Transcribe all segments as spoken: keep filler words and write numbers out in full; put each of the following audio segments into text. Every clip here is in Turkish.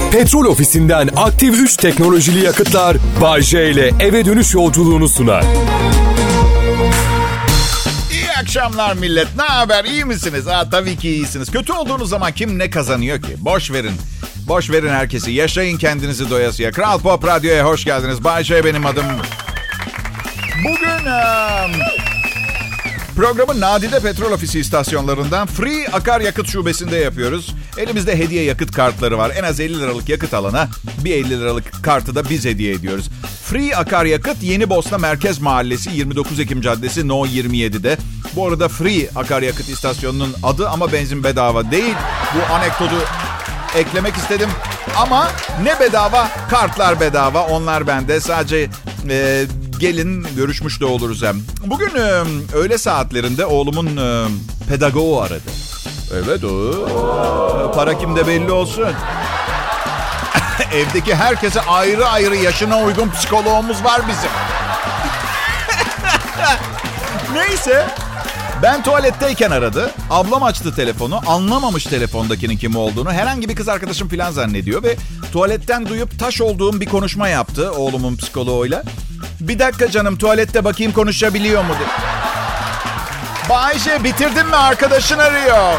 Petrol Ofisi'nden aktif üç teknolojili yakıtlar Bay J ile eve dönüş yolculuğunu sunar. İyi akşamlar millet. Ne haber? İyi misiniz? Aa, tabii ki iyisiniz. Kötü olduğunuz zaman kim ne kazanıyor ki? Boş verin. Boş verin herkesi. Yaşayın kendinizi doyasıya. Kral Pop Radyo'ya hoş geldiniz. Bay J benim adım. Bugün um, programı Nadide Petrol Ofisi istasyonlarından Free Akaryakıt Şubesi'nde yapıyoruz. Elimizde hediye yakıt kartları var. En az elli liralık yakıt alana bir elli liralık kartı da biz hediye ediyoruz. Free Akaryakıt Yeni Bosna Merkez Mahallesi yirmi dokuz Ekim Caddesi No yirmi yedi'de. Bu arada Free Akaryakıt istasyonunun adı ama benzin bedava değil. Bu anekdotu eklemek istedim. Ama ne bedava? Kartlar bedava. Onlar bende. Sadece e, gelin görüşmüş de oluruz hem. Bugün e, öğle saatlerinde oğlumun e, pedagoğu aradı. Evet o. Para kimde belli olsun. Evdeki herkese ayrı ayrı yaşına uygun psikoloğumuz var bizim. Neyse. Ben tuvaletteyken aradı. Ablam açtı telefonu. Anlamamış telefondakinin kim olduğunu. Herhangi bir kız arkadaşım falan zannediyor. Ve tuvaletten duyup taş olduğum bir konuşma yaptı oğlumun psikoloğuyla. Bir dakika canım, tuvalette bakayım konuşabiliyor mu dedi. Bayşe bitirdin mi, arkadaşın arıyor.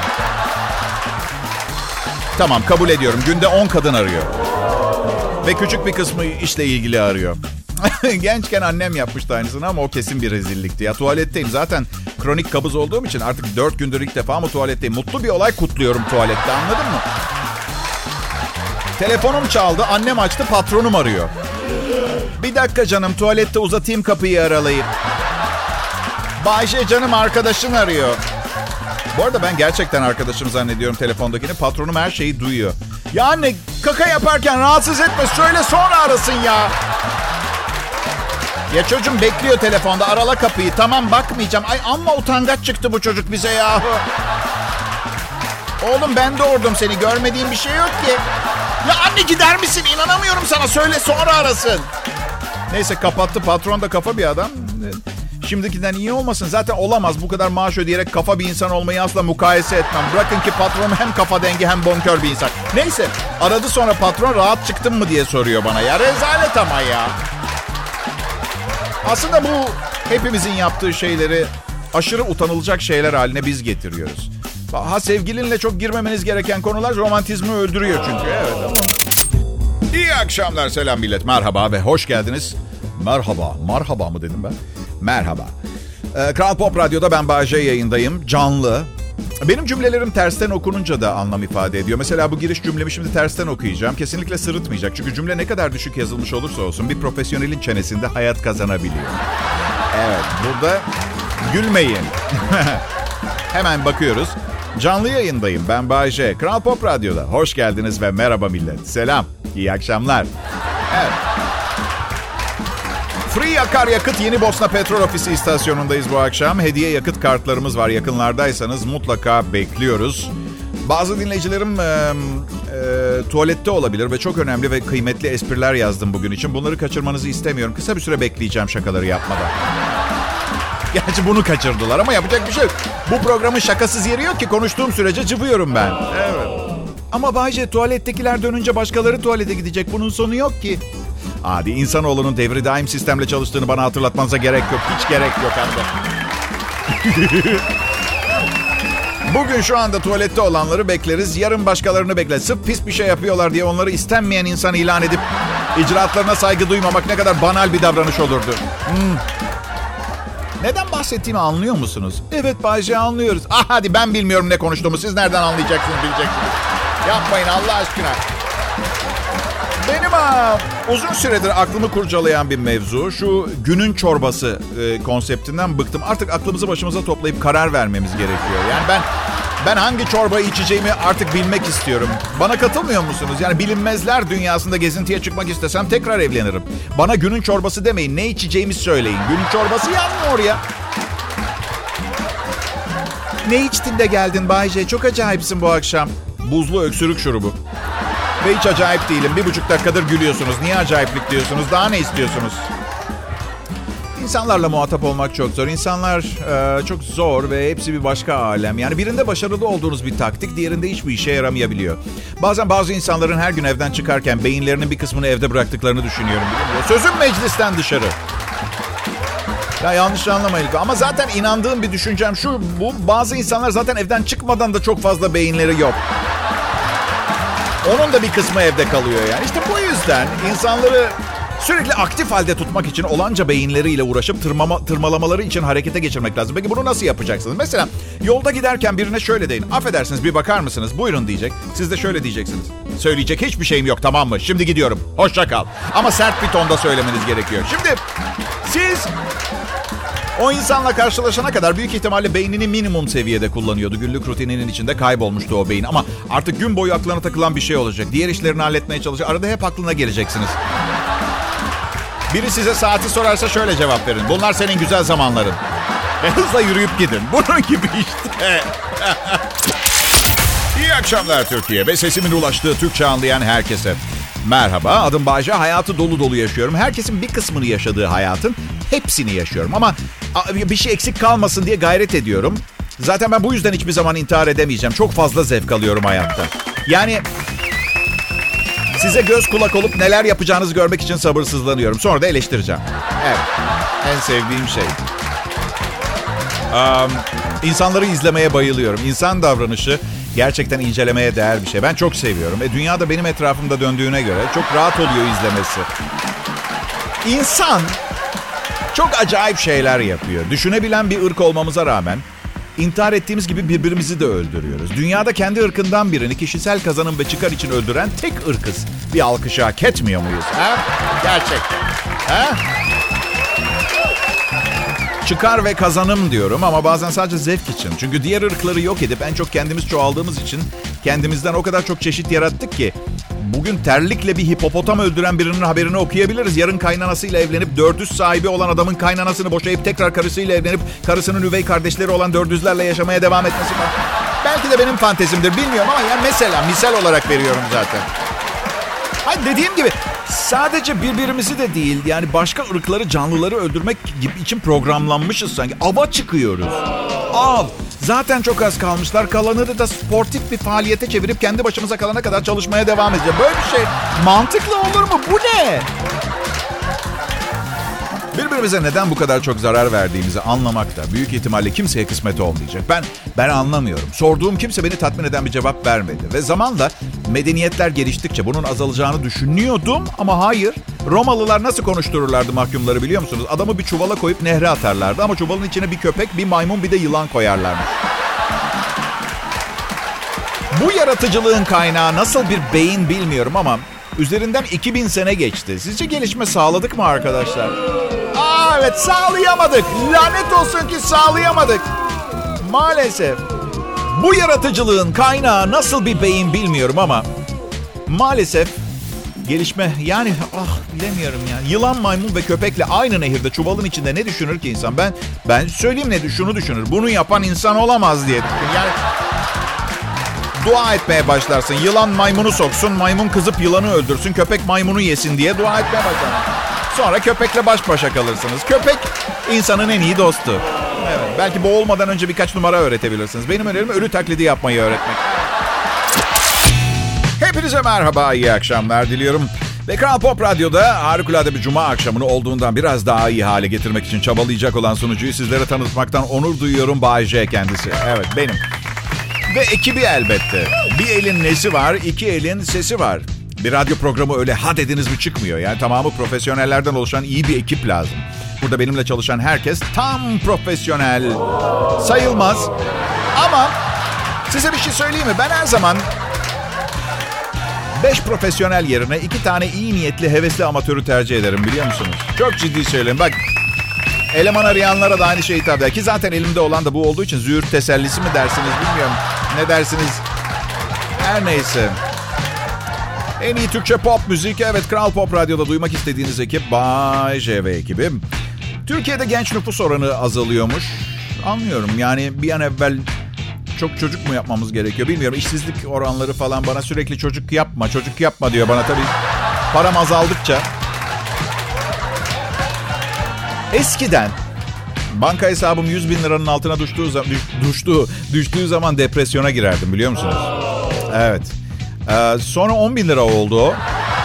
Tamam, kabul ediyorum. Günde on kadın arıyor. Ve küçük bir kısmı işle ilgili arıyor. Gençken annem yapmıştı aynısını ama o kesin bir rezillikti. Ya tuvaletteyim zaten, kronik kabız olduğum için artık dört gündür ilk defa mı tuvaletteyim. Mutlu bir olay kutluyorum tuvalette, anladın mı? Telefonum çaldı, annem açtı, patronum arıyor. Bir dakika canım, tuvalette uzatayım kapıyı aralayıp. Bayşe canım, arkadaşın arıyor. Bu arada ben gerçekten arkadaşım zannediyorum telefondakini. Patronum her şeyi duyuyor. Ya anne, kaka yaparken rahatsız etme, söyle sonra arasın ya. Ya çocuğum bekliyor telefonda, arala kapıyı. Tamam, bakmayacağım. Ay amma utangaç çıktı bu çocuk bize yahu. Oğlum ben doğurdum seni, görmediğim bir şey yok ki. Ya anne gider misin? İnanamıyorum sana, söyle sonra arasın. Neyse kapattı, patron da kafa bir adam. Şimdikinden iyi olmasın. Zaten olamaz, bu kadar maaş ödeyerek kafa bir insan olmayı asla mukayese etmem. Bırakın ki patron hem kafa dengi hem bonkör bir insan. Neyse aradı, sonra patron rahat çıktın mı diye soruyor bana. Ya rezalet ama ya. Aslında bu hepimizin yaptığı şeyleri aşırı utanılacak şeyler haline biz getiriyoruz. Ha, sevgilinle çok girmemeniz gereken konular romantizmi öldürüyor çünkü. Evet. İyi akşamlar, selam millet, merhaba ve hoş geldiniz. Merhaba, merhaba mı dedim ben? Merhaba. Ee, Kral Pop Radyo'da ben Bay J yayındayım, canlı. Benim cümlelerim tersten okununca da anlam ifade ediyor. Mesela bu giriş cümlemi şimdi tersten okuyacağım. Kesinlikle sırıtmayacak. Çünkü cümle ne kadar düşük yazılmış olursa olsun bir profesyonelin çenesinde hayat kazanabiliyor. Evet, burada gülmeyin. Hemen bakıyoruz. Canlı yayındayım. Ben Bay J. Kral Pop Radyo'da. Hoş geldiniz ve merhaba millet. Selam. İyi akşamlar. Evet. Free Akaryakıt Yeni Bosna Petrol Ofisi istasyonundayız bu akşam. Hediye yakıt kartlarımız var. Yakınlardaysanız mutlaka bekliyoruz. Bazı dinleyicilerim e, e, tuvalette olabilir ve çok önemli ve kıymetli espriler yazdım bugün için. Bunları kaçırmanızı istemiyorum. Kısa bir süre bekleyeceğim şakaları yapmadan. Gerçi bunu kaçırdılar ama yapacak bir şey yok. Bu programın şakasız yeri yok ki, konuştuğum sürece cıvıyorum ben. Evet. Ama Bayce, tuvalettekiler dönünce başkaları tuvalete gidecek. Bunun sonu yok ki. Hadi, insanoğlunun devri daim sistemle çalıştığını bana hatırlatmanıza gerek yok. Hiç gerek yok hem de. Bugün şu anda tuvalette olanları bekleriz. Yarın başkalarını bekleriz. Sırf pis bir şey yapıyorlar diye onları istenmeyen insan ilan edip icraatlarına saygı duymamak ne kadar banal bir davranış olurdu. Hmm. Neden bahsettiğimi anlıyor musunuz? Evet Bayce, anlıyoruz. Ah hadi, ben bilmiyorum ne konuştuğumu. Siz nereden anlayacaksınız, bileceksiniz. Yapmayın Allah aşkına. Benim ha, uzun süredir aklımı kurcalayan bir mevzu. Şu günün çorbası e, konseptinden bıktım. Artık aklımızı başımıza toplayıp karar vermemiz gerekiyor. Yani ben ben hangi çorbayı içeceğimi artık bilmek istiyorum. Bana katılmıyor musunuz? Yani bilinmezler dünyasında gezintiye çıkmak istesem tekrar evlenirim. Bana günün çorbası demeyin. Ne içeceğimi söyleyin. Günün çorbası yanmıyor ya. Ne içtin de geldin Bayce? Çok acayipsin bu akşam. Buzlu öksürük şurubu. Ve hiç acayip değilim. Bir buçuk dakikadır gülüyorsunuz. Niye acayiplik diyorsunuz? Daha ne istiyorsunuz? İnsanlarla muhatap olmak çok zor. İnsanlar e, çok zor ve hepsi bir başka alem. Yani birinde başarılı olduğunuz bir taktik, diğerinde hiçbir işe yaramayabiliyor. Bazen bazı insanların her gün evden çıkarken beyinlerinin bir kısmını evde bıraktıklarını düşünüyorum. Sözüm meclisten dışarı. Ya yanlış anlamayın. Ama zaten inandığım bir düşüncem şu. Bu bazı insanlar zaten evden çıkmadan da çok fazla beyinleri yok. Onun da bir kısmı evde kalıyor yani. İşte bu yüzden insanları sürekli aktif halde tutmak için olanca beyinleriyle uğraşıp tırmama, tırmalamaları için harekete geçirmek lazım. Peki bunu nasıl yapacaksınız? Mesela yolda giderken birine şöyle deyin. Affedersiniz, bir bakar mısınız? Buyurun diyecek. Siz de şöyle diyeceksiniz. Söyleyecek hiçbir şeyim yok, tamam mı? Şimdi gidiyorum. Hoşça kal. Ama sert bir tonda söylemeniz gerekiyor. Şimdi siz o insanla karşılaşana kadar büyük ihtimalle beynini minimum seviyede kullanıyordu. Günlük rutininin içinde kaybolmuştu o beyin. Ama artık gün boyu aklına takılan bir şey olacak. Diğer işlerini halletmeye çalışacak. Arada hep aklına geleceksiniz. Biri size saati sorarsa şöyle cevap verin. Bunlar senin güzel zamanların. Ve hızla yürüyüp gidin. Bunun gibi işte. İyi akşamlar Türkiye ve sesimin ulaştığı Türkçe anlayan herkese. Merhaba, adım Bayce. Hayatı dolu dolu yaşıyorum. Herkesin bir kısmını yaşadığı hayatın hepsini yaşıyorum. Ama bir şey eksik kalmasın diye gayret ediyorum. Zaten ben bu yüzden hiçbir zaman intihar edemeyeceğim. Çok fazla zevk alıyorum hayatta. Yani size göz kulak olup neler yapacağınızı görmek için sabırsızlanıyorum. Sonra da eleştireceğim. Evet, en sevdiğim şey. Um, insanları izlemeye bayılıyorum. İnsan davranışı gerçekten incelemeye değer bir şey. Ben çok seviyorum. E, dünya da benim etrafımda döndüğüne göre çok rahat oluyor izlemesi. İnsan çok acayip şeyler yapıyor. Düşünebilen bir ırk olmamıza rağmen intihar ettiğimiz gibi birbirimizi de öldürüyoruz. Dünyada kendi ırkından birini kişisel kazanım ve çıkar için öldüren tek ırkız. Bir alkışı hak etmiyor muyuz? Ha? Gerçekten. Ha? Çıkar ve kazanım diyorum ama bazen sadece zevk için. Çünkü diğer ırkları yok edip en çok kendimiz çoğaldığımız için kendimizden o kadar çok çeşit yarattık ki bugün terlikle bir hipopotam öldüren birinin haberini okuyabiliriz. Yarın kaynanasıyla evlenip dördüz sahibi olan adamın kaynanasını boşayıp tekrar karısıyla evlenip karısının üvey kardeşleri olan dördüzlerle yaşamaya devam etmesi var. Belki de benim fantezimdir, bilmiyorum ama yani mesela misal olarak veriyorum zaten. Hayır, dediğim gibi sadece birbirimizi de değil yani başka ırkları, canlıları öldürmek gibi için programlanmışız sanki. Ava çıkıyoruz. Av. Zaten çok az kalmışlar. Kalanını da sportif bir faaliyete çevirip kendi başımıza kalana kadar çalışmaya devam edeceğiz. Böyle bir şey mantıklı olur mu? Bu ne? Birbirimize neden bu kadar çok zarar verdiğimizi anlamak da büyük ihtimalle kimseye kısmet olmayacak. Ben ben anlamıyorum. Sorduğum kimse beni tatmin eden bir cevap vermedi. Ve zamanla medeniyetler geliştikçe bunun azalacağını düşünüyordum ama hayır. Romalılar nasıl konuştururlardı mahkumları biliyor musunuz? Adamı bir çuvala koyup nehre atarlardı ama çuvalın içine bir köpek, bir maymun, bir de yılan koyarlarmış. Bu yaratıcılığın kaynağı nasıl bir beyin bilmiyorum ama üzerinden iki bin sene geçti. Sizce gelişme sağladık mı arkadaşlar? Aa, evet, sağlayamadık. Lanet olsun ki sağlayamadık. Maalesef. Bu yaratıcılığın kaynağı nasıl bir beyin bilmiyorum ama maalesef gelişme yani ah bilemiyorum ya. Yılan, maymun ve köpekle aynı nehirde çuvalın içinde ne düşünür ki insan? Ben ben söyleyeyim ne şunu düşünür. Bunu yapan insan olamaz diye düşünür. Yani dua etmeye başlarsın. Yılan maymunu soksun, maymun kızıp yılanı öldürsün, köpek maymunu yesin diye dua etmeye başlarsın. Sonra köpekle baş başa kalırsınız. Köpek insanın en iyi dostu. Evet, belki boğulmadan önce birkaç numara öğretebilirsiniz. Benim önerim ölü taklidi yapmayı öğretmek. Hepinize merhaba, iyi akşamlar diliyorum. Ve Kral Pop Radyo'da harikulade bir cuma akşamını olduğundan biraz daha iyi hale getirmek için çabalayacak olan sunucuyu sizlere tanıtmaktan onur duyuyorum. Bay J kendisi. Evet, benim. Ve ekibi elbette. Bir elin nesi var, iki elin sesi var. Bir radyo programı öyle ha dediniz mi çıkmıyor. Yani tamamı profesyonellerden oluşan iyi bir ekip lazım. Burada benimle çalışan herkes tam profesyonel sayılmaz. Ama size bir şey söyleyeyim mi? Ben her zaman beş profesyonel yerine iki tane iyi niyetli, hevesli amatörü tercih ederim biliyor musunuz? Çok ciddi söyleyeyim. Bak, eleman arayanlara da aynı şeyi hitap eder. Ki zaten elimde olan da bu olduğu için züğürt tesellisi mi dersiniz bilmiyorum. Ne dersiniz? Her neyse. En iyi Türkçe pop müzik. Evet, Kral Pop Radyo'da duymak istediğiniz ekip Bay J ve ekibi. Türkiye'de genç nüfus oranı azalıyormuş. Anlıyorum yani bir an evvel çok çocuk mu yapmamız gerekiyor bilmiyorum. İşsizlik oranları falan bana sürekli çocuk yapma, çocuk yapma diyor bana tabii. Param azaldıkça. Eskiden banka hesabım yüz bin liranın altına düştüğü, zaman, düştüğü, düştüğü zaman depresyona girerdim, biliyor musunuz? Evet. Ee, sonra on bin lira oldu o.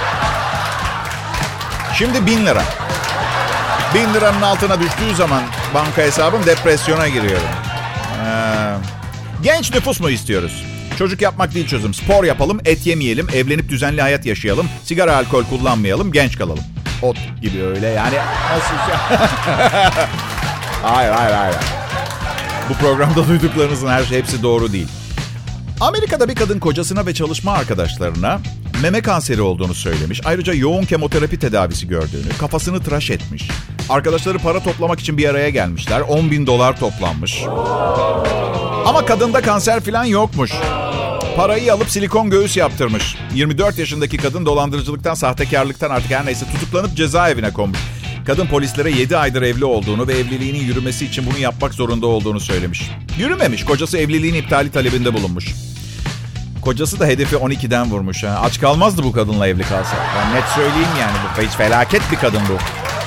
Şimdi bin lira. bin liranın altına düştüğü zaman banka hesabım depresyona giriyorum. Ee, genç nüfus mu istiyoruz? Çocuk yapmak değil çözüm. Spor yapalım, et yemeyelim, evlenip düzenli hayat yaşayalım, sigara, alkol kullanmayalım, genç kalalım. Ot gibi öyle yani. Nasıl? Hayır, hayır, hayır. Bu programda duyduklarınızın her şey hepsi doğru değil. Amerika'da bir kadın kocasına ve çalışma arkadaşlarına meme kanseri olduğunu söylemiş. Ayrıca yoğun kemoterapi tedavisi gördüğünü, kafasını tıraş etmiş. Arkadaşları para toplamak için bir araya gelmişler. on bin dolar toplanmış. Ama kadında kanser falan yokmuş. Parayı alıp silikon göğüs yaptırmış. yirmi dört yaşındaki kadın dolandırıcılıktan, sahtekarlıktan artık her neyse tutuklanıp cezaevine konmuş. Kadın polislere yedi aydır evli olduğunu ve evliliğinin yürümesi için bunu yapmak zorunda olduğunu söylemiş. Yürümemiş. Kocası evliliğin iptali talebinde bulunmuş. Kocası da hedefi on ikiden vurmuş. Ha. Aç kalmazdı bu kadınla evli kalsa. Ben net söyleyeyim yani. Bu hiç felaket bir kadın bu.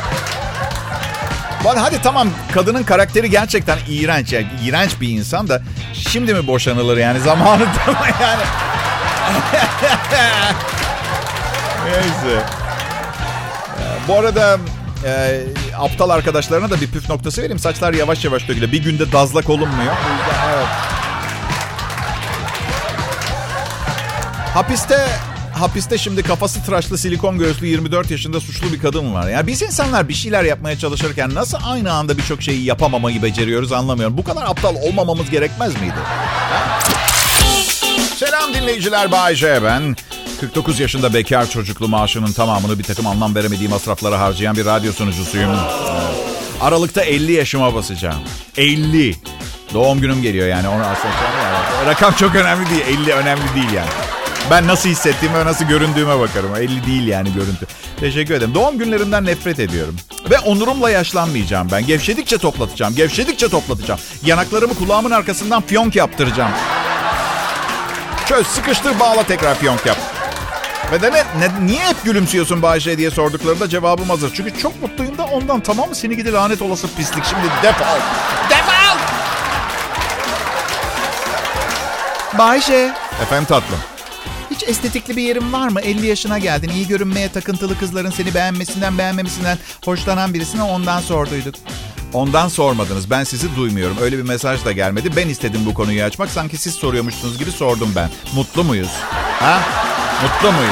Hadi tamam, kadının karakteri gerçekten iğrenç. Yani iğrenç bir insan da şimdi mi boşanılır yani, zamanında mı yani? Neyse. Bu arada e, aptal arkadaşlarına da bir püf noktası vereyim. Saçlar yavaş yavaş dökülüyor. Bir günde dazlak olunmuyor. O yüzden evet. Hapiste hapiste şimdi kafası tıraşlı, silikon göğüslü yirmi dört yaşında suçlu bir kadın var. Yani biz insanlar bir şeyler yapmaya çalışırken nasıl aynı anda birçok şeyi yapamamayı beceriyoruz anlamıyorum. Bu kadar aptal olmamamız gerekmez miydi? Ha? Selam dinleyiciler, Bay J ben. kırk dokuz yaşında bekar, çocuklu, maaşının tamamını bir takım anlam veremediği masraflara harcayan bir radyo sunucusuyum. Aralıkta elli yaşıma basacağım. elli. Doğum günüm geliyor yani. Onu aslında yani. Rakam çok önemli değil. elli önemli değil yani. Ben nasıl hissettiğime ve nasıl göründüğüme bakarım. elli değil yani görüntü. Teşekkür ederim. Doğum günlerimden nefret ediyorum. Ve onurumla yaşlanmayacağım ben. Gevşedikçe toplatacağım. Gevşedikçe toplatacağım. Yanaklarımı kulağımın arkasından fiyonk yaptıracağım. Çöz, sıkıştır, bağla, tekrar fiyonk yap. Ve de ne, ne, niye hep gülümsüyorsun Bayşe diye sorduklarında cevabım hazır. Çünkü çok mutluyum da ondan, tamam mı? Seni gidi lanet olası pislik. Şimdi defol. Defol! Bayşe. Efendim tatlım. Hiç estetikli bir yerin var mı? elli yaşına geldin. İyi görünmeye takıntılı kızların seni beğenmesinden, beğenmemesinden hoşlanan birisine ondan sorduyduk. Ondan sormadınız. Ben sizi duymuyorum. Öyle bir mesaj da gelmedi. Ben istedim bu konuyu açmak. Sanki siz soruyormuşsunuz gibi sordum ben. Mutlu muyuz? Ha? Mutlu muyuz?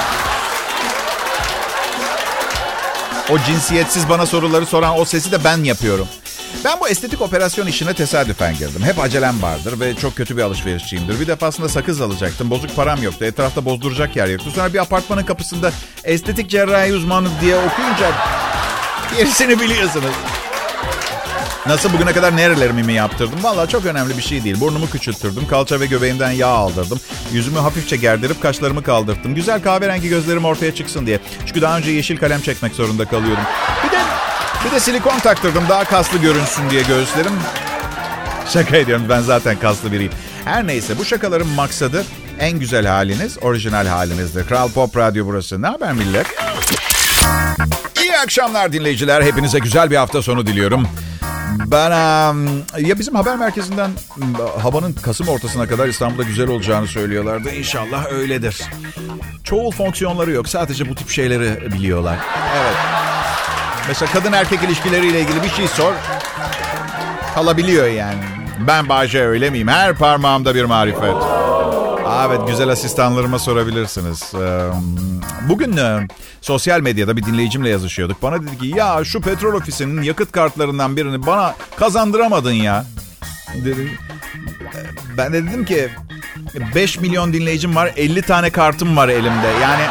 O cinsiyetsiz bana soruları soran o sesi de ben yapıyorum. Ben bu estetik operasyon işine tesadüfen girdim. Hep acelem vardır ve çok kötü bir alışverişçiyimdir. Bir defasında sakız alacaktım. Bozuk param yoktu. Etrafta bozduracak yer yoktu. Sonra bir apartmanın kapısında estetik cerrahi uzmanı diye okuyunca gerisini biliyorsunuz. Nasıl, bugüne kadar nerelerimi mi yaptırdım? Vallahi çok önemli bir şey değil. Burnumu küçülttürdüm. Kalça ve göbeğimden yağ aldırdım. Yüzümü hafifçe gerdirip kaşlarımı kaldırttım. Güzel kahverengi gözlerim ortaya çıksın diye. Çünkü daha önce yeşil kalem çekmek zorunda kalıyordum. Bir de bir de silikon taktırdım. Daha kaslı görünsün diye göğüslerim. Şaka ediyorum. Ben zaten kaslı biriyim. Her neyse, bu şakaların maksadı en güzel haliniz, orijinal halinizdir. Kral Pop Radyo burası. Ne haber millet? İyi akşamlar dinleyiciler. Hepinize güzel bir hafta sonu diliyorum. Ben ya bizim haber merkezinden havanın Kasım ortasına kadar İstanbul'da güzel olacağını söylüyorlardı. İnşallah öyledir. Çoğul fonksiyonları yok. Sadece bu tip şeyleri biliyorlar. Evet. Mesela kadın erkek ilişkileriyle ilgili bir şey sor. Kalabiliyor yani. Ben Bayce öyle miyim? Her parmağımda bir marifet. Evet, güzel asistanlarıma sorabilirsiniz. Bugün sosyal medyada bir dinleyicimle yazışıyorduk. Bana dedi ki ya şu petrol ofisinin yakıt kartlarından birini bana kazandıramadın ya. Dedi. Ben de dedim ki beş milyon dinleyicim var, elli tane kartım var elimde. Yani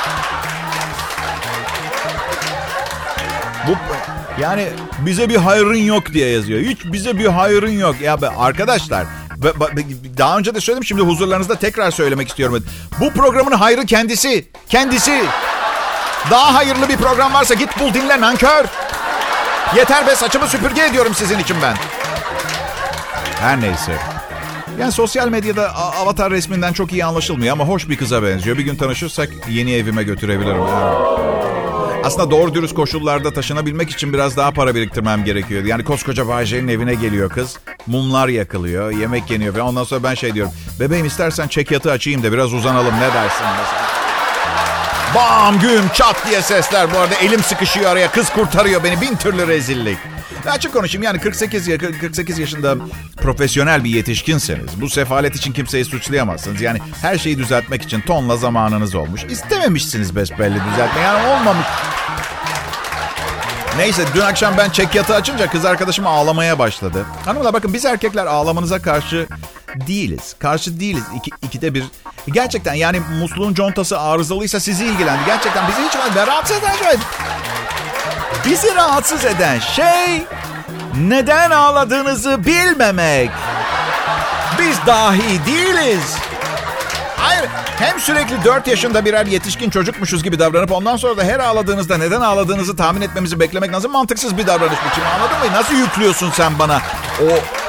bu yani bize bir hayrın yok diye yazıyor. Hiç bize bir hayrın yok. Ya be arkadaşlar, daha önce de söyledim, şimdi huzurlarınızda tekrar söylemek istiyorum. Bu programın hayrı kendisi. Kendisi. Daha hayırlı bir program varsa git bul dinle nankör. Yeter be, saçımı süpürge ediyorum sizin için ben. Her neyse. Yani sosyal medyada avatar resminden çok iyi anlaşılmıyor ama hoş bir kıza benziyor. Bir gün tanışırsak yeni evime götürebilirim. Aslında doğru dürüst koşullarda taşınabilmek için biraz daha para biriktirmem gerekiyor. Yani koskoca Bay J'nin evine geliyor kız. Mumlar yakılıyor, yemek yeniyor falan. Ondan sonra ben şey diyorum. Bebeğim istersen çekyatı açayım da biraz uzanalım, ne dersin mesela? Bam güm çat diye sesler. Bu arada elim sıkışıyor araya. Kız kurtarıyor beni. Bin türlü rezillik. Açık konuşayım, yani kırk sekiz, kırk sekiz yaşında profesyonel bir yetişkinseniz bu sefalet için kimseyi suçlayamazsınız. Yani her şeyi düzeltmek için tonla zamanınız olmuş. İstememişsiniz besbelli düzeltme, yani olmamış. Neyse, dün akşam ben çekyatı açınca kız arkadaşım ağlamaya başladı. Hanımlar bakın, biz erkekler ağlamanıza karşı değiliz. Karşı değiliz. İki, ikide bir. Gerçekten yani musluğun contası arızalıysa sizi ilgilendi. Gerçekten bizi hiç var. Rahatsız eden şey. Bizi rahatsız eden şey neden ağladığınızı bilmemek. Biz dahi değiliz. Hayır, hem sürekli dört yaşında birer yetişkin çocukmuşuz gibi davranıp ondan sonra da her ağladığınızda neden ağladığınızı tahmin etmemizi beklemek nasıl mantıksız bir davranış biçimi, anladın mı? Nasıl yüklüyorsun sen bana o...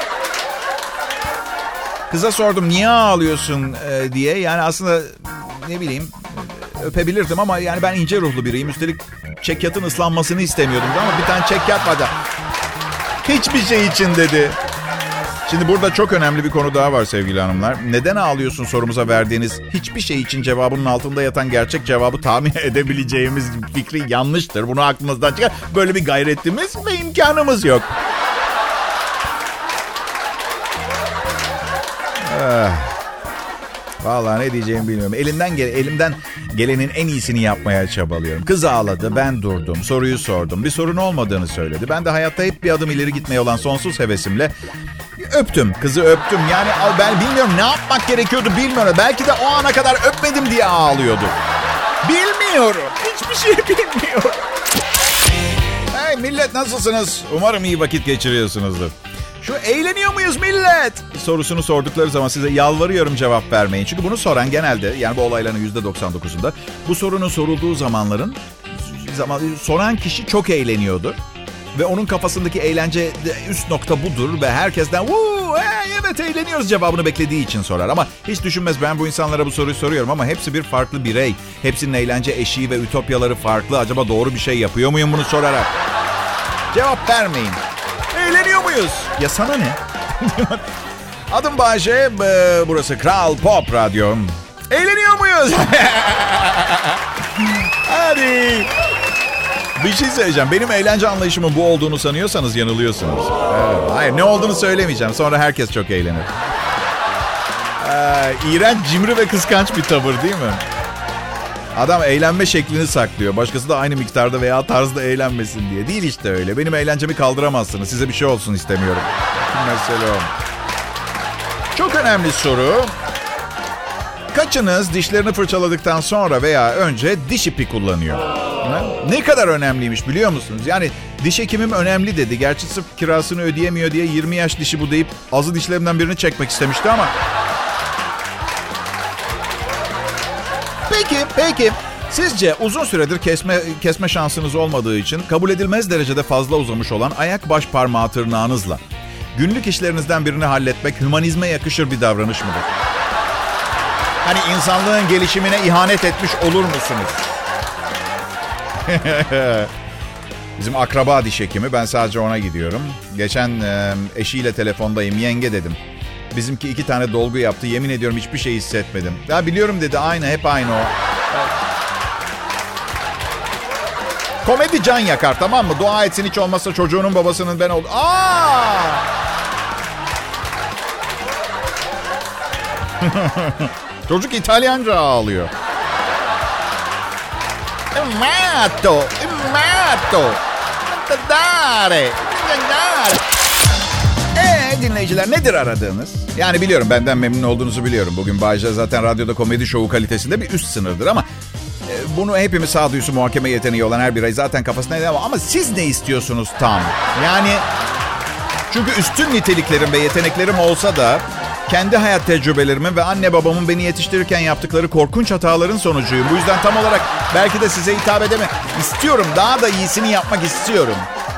Kıza sordum niye ağlıyorsun e, diye. Yani aslında ne bileyim öpebilirdim ama yani ben ince ruhlu biriyim. Üstelik çekyatın ıslanmasını istemiyordum ama bir tane çekyat vardı. Hiçbir şey için dedi. Şimdi burada çok önemli bir konu daha var sevgili hanımlar. Neden ağlıyorsun sorumuza verdiğiniz hiçbir şey için cevabının altında yatan gerçek cevabı tahmin edebileceğimiz fikri yanlıştır. Bunu aklınızdan çıkar. Böyle bir gayretimiz ve imkanımız yok. Ah. Vallahi ne diyeceğimi bilmiyorum. Elimden gel elimden gelenin en iyisini yapmaya çabalıyorum. Kız ağladı, ben durdum, soruyu sordum. Bir sorun olmadığını söyledi. Ben de hayatta hep bir adım ileri gitmeye olan sonsuz hevesimle öptüm. Kızı öptüm. Yani ben bilmiyorum ne yapmak gerekiyordu, bilmiyorum. Belki de o ana kadar öpmedim diye ağlıyordu. Bilmiyorum. Hiçbir şey bilmiyorum. Hey millet, nasılsınız? Umarım iyi vakit geçiriyorsunuzdur. Şu eğleniyor muyuz millet sorusunu sordukları zaman size yalvarıyorum cevap vermeyin. Çünkü bunu soran genelde, yani bu olayların yüzde doksan dokuzunda bu sorunun sorulduğu zamanların zaman, soran kişi çok eğleniyordur. Ve onun kafasındaki eğlence üst nokta budur ve herkesten Woo, hey, evet eğleniyoruz cevabını beklediği için sorar. Ama hiç düşünmez, ben bu insanlara bu soruyu soruyorum ama hepsi bir farklı birey. Hepsinin eğlence eşiği ve ütopyaları farklı. Acaba doğru bir şey yapıyor muyum bunu sorarak? Cevap vermeyin. Eğleniyor muyuz? Ya sana ne? Adım Bayce, burası Kral Pop Radyo. Eğleniyor muyuz? Hadi. Bir şey söyleyeceğim. Benim eğlence anlayışımın bu olduğunu sanıyorsanız yanılıyorsunuz. Evet. Hayır, ne olduğunu söylemeyeceğim. Sonra herkes çok eğlenir. Ee, iğrenç, cimri ve kıskanç bir tavır değil mi? Adam eğlenme şeklini saklıyor. Başkası da aynı miktarda veya tarzda eğlenmesin diye. Değil işte öyle. Benim eğlencemi kaldıramazsınız. Size bir şey olsun istemiyorum. Mesele o. Çok önemli soru. Kaçınız dişlerini fırçaladıktan sonra veya önce diş ipi kullanıyor? Ne kadar önemliymiş biliyor musunuz? Yani diş hekimim önemli dedi. Gerçi sırf kirasını ödeyemiyor diye yirmi yaş dişi bu deyip azı dişlerimden birini çekmek istemişti ama... Peki, peki. Sizce uzun süredir kesme kesme şansınız olmadığı için kabul edilmez derecede fazla uzamış olan ayak baş parmağı tırnağınızla günlük işlerinizden birini halletmek hümanizme yakışır bir davranış mıdır? Hani insanlığın gelişimine ihanet etmiş olur musunuz? Bizim akraba diş hekimi, ben sadece ona gidiyorum. Geçen e, eşiyle telefondayım, yenge dedim. Bizimki iki tane dolgu yaptı, yemin ediyorum hiçbir şey hissetmedim. Ya biliyorum dedi, aynı, hep aynı o. Komedi can yakar, tamam mı? Dua etsin hiç olmazsa çocuğunun babasının ben oldum. Aa! Çocuk İtalyanca ağlıyor. Matto, matto. Dare. Eee dinleyiciler, nedir aradığınız? Yani biliyorum, benden memnun olduğunuzu biliyorum. Bugün Bayce zaten radyoda komedi şovu kalitesinde bir üst sınırdır ama e, bunu hepimiz sağduyusu muhakeme yeteneği olan her birey zaten kafasına eder ama siz ne istiyorsunuz tam? Yani çünkü üstün niteliklerim ve yeteneklerim olsa da kendi hayat tecrübelerimin ve anne babamın beni yetiştirirken yaptıkları korkunç hataların sonucuyum. Bu yüzden tam olarak belki de size hitap edemem. İstiyorum, daha da iyisini yapmak istiyorum.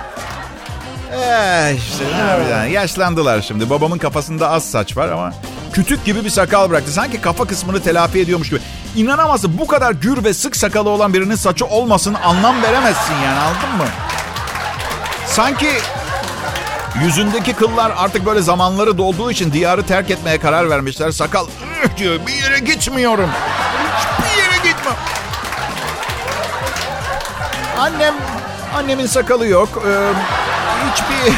Eee işte yani yaşlandılar şimdi. Babamın kafasında az saç var ama kütük gibi bir sakal bıraktı. Sanki kafa kısmını telafi ediyormuş gibi. İnanamazsın, bu kadar gür ve sık sakalı olan birinin saçı olmasın, anlam veremezsin yani, anladın mı? Sanki yüzündeki kıllar artık böyle zamanları dolduğu için diyarı terk etmeye karar vermişler. Sakal diyor, bir yere gitmiyorum. Hiçbir yere gitmem. Annem, annemin sakalı yok. Ee, hiçbir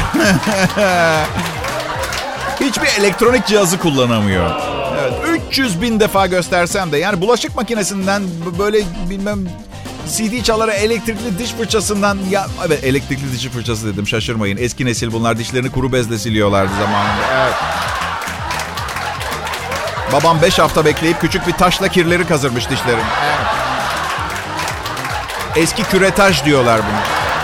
hiçbir elektronik cihazı kullanamıyor. Evet, üç yüz bin defa göstersem de, yani bulaşık makinesinden böyle bilmem C D çaları, elektrikli diş fırçasından, ya evet elektrikli diş fırçası dedim, şaşırmayın. Eski nesil bunlar, dişlerini kuru bezle siliyorlardı zamanında. Evet. Babam beş hafta bekleyip küçük bir taşla kirleri kazırmış dişlerim. Evet. Eski küretaj diyorlar bunu.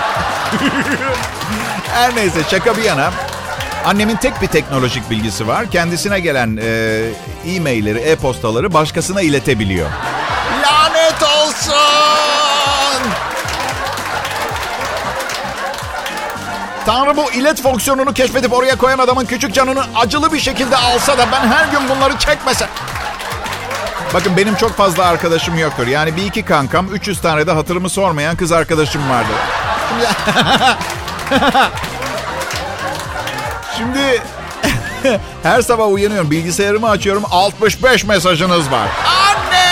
Her neyse, şaka bir yana. Annemin tek bir teknolojik bilgisi var. Kendisine gelen e, e-mailleri, e-postaları başkasına iletebiliyor. Lanet olsun! Tanrı bu ilet fonksiyonunu keşfedip oraya koyan adamın küçük canını acılı bir şekilde alsa da ben her gün bunları çekmesem. Bakın, benim çok fazla arkadaşım yoktur. Yani bir iki kankam, üç yüz tane de hatırımı sormayan kız arkadaşım vardı. Şimdi, Şimdi her sabah uyanıyorum, bilgisayarımı açıyorum, altmış beş mesajınız var. Anne!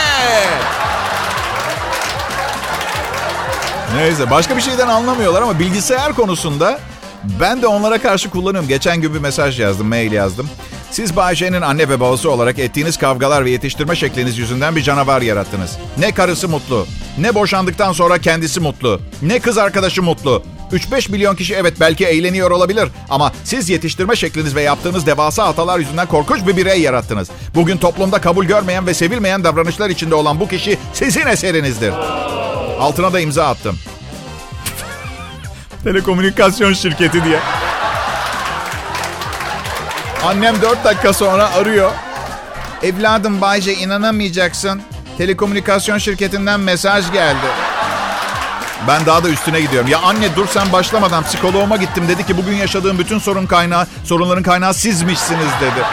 Neyse, başka bir şeyden anlamıyorlar ama bilgisayar konusunda ben de onlara karşı kullanıyorum. Geçen gün bir mesaj yazdım, mail yazdım. Siz Bay J'nin anne ve babası olarak ettiğiniz kavgalar ve yetiştirme şekliniz yüzünden bir canavar yarattınız. Ne karısı mutlu, ne boşandıktan sonra kendisi mutlu, ne kız arkadaşı mutlu. üç beş milyon kişi evet belki eğleniyor olabilir ama siz yetiştirme şekliniz ve yaptığınız devasa hatalar yüzünden korkunç bir birey yarattınız. Bugün toplumda kabul görmeyen ve sevilmeyen davranışlar içinde olan bu kişi sizin eserinizdir. Altına da imza attım. Telekomünikasyon şirketi diye. Annem dört dakika sonra arıyor. Evladım, Bay J, inanamayacaksın. Telekomünikasyon şirketinden mesaj geldi. Ben daha da üstüne gidiyorum. Ya anne dur, sen başlamadan psikoloğuma gittim. Dedi ki bugün yaşadığım bütün sorun kaynağı, sorunların kaynağı sizmişsiniz dedi.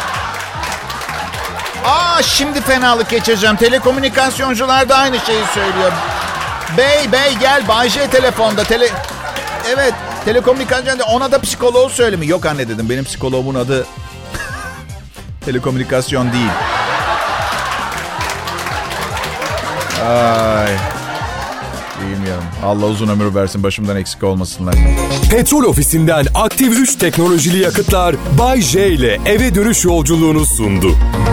Aa, şimdi fenalık geçeceğim. Telekomünikasyoncular da aynı şeyi söylüyor. Bey bey gel, Bay J telefonda. Tele... Evet, telekomünikasyon, ona da psikoloğu söylemi. Yok anne dedim, benim psikoloğumun adı telekomünikasyon değil. Ay. Bilmiyorum. Allah uzun ömür versin, başımdan eksik olmasınlar. Petrol Ofisi'nden Aktif üç teknolojili yakıtlar Bay J ile eve dönüş yolculuğunu sundu.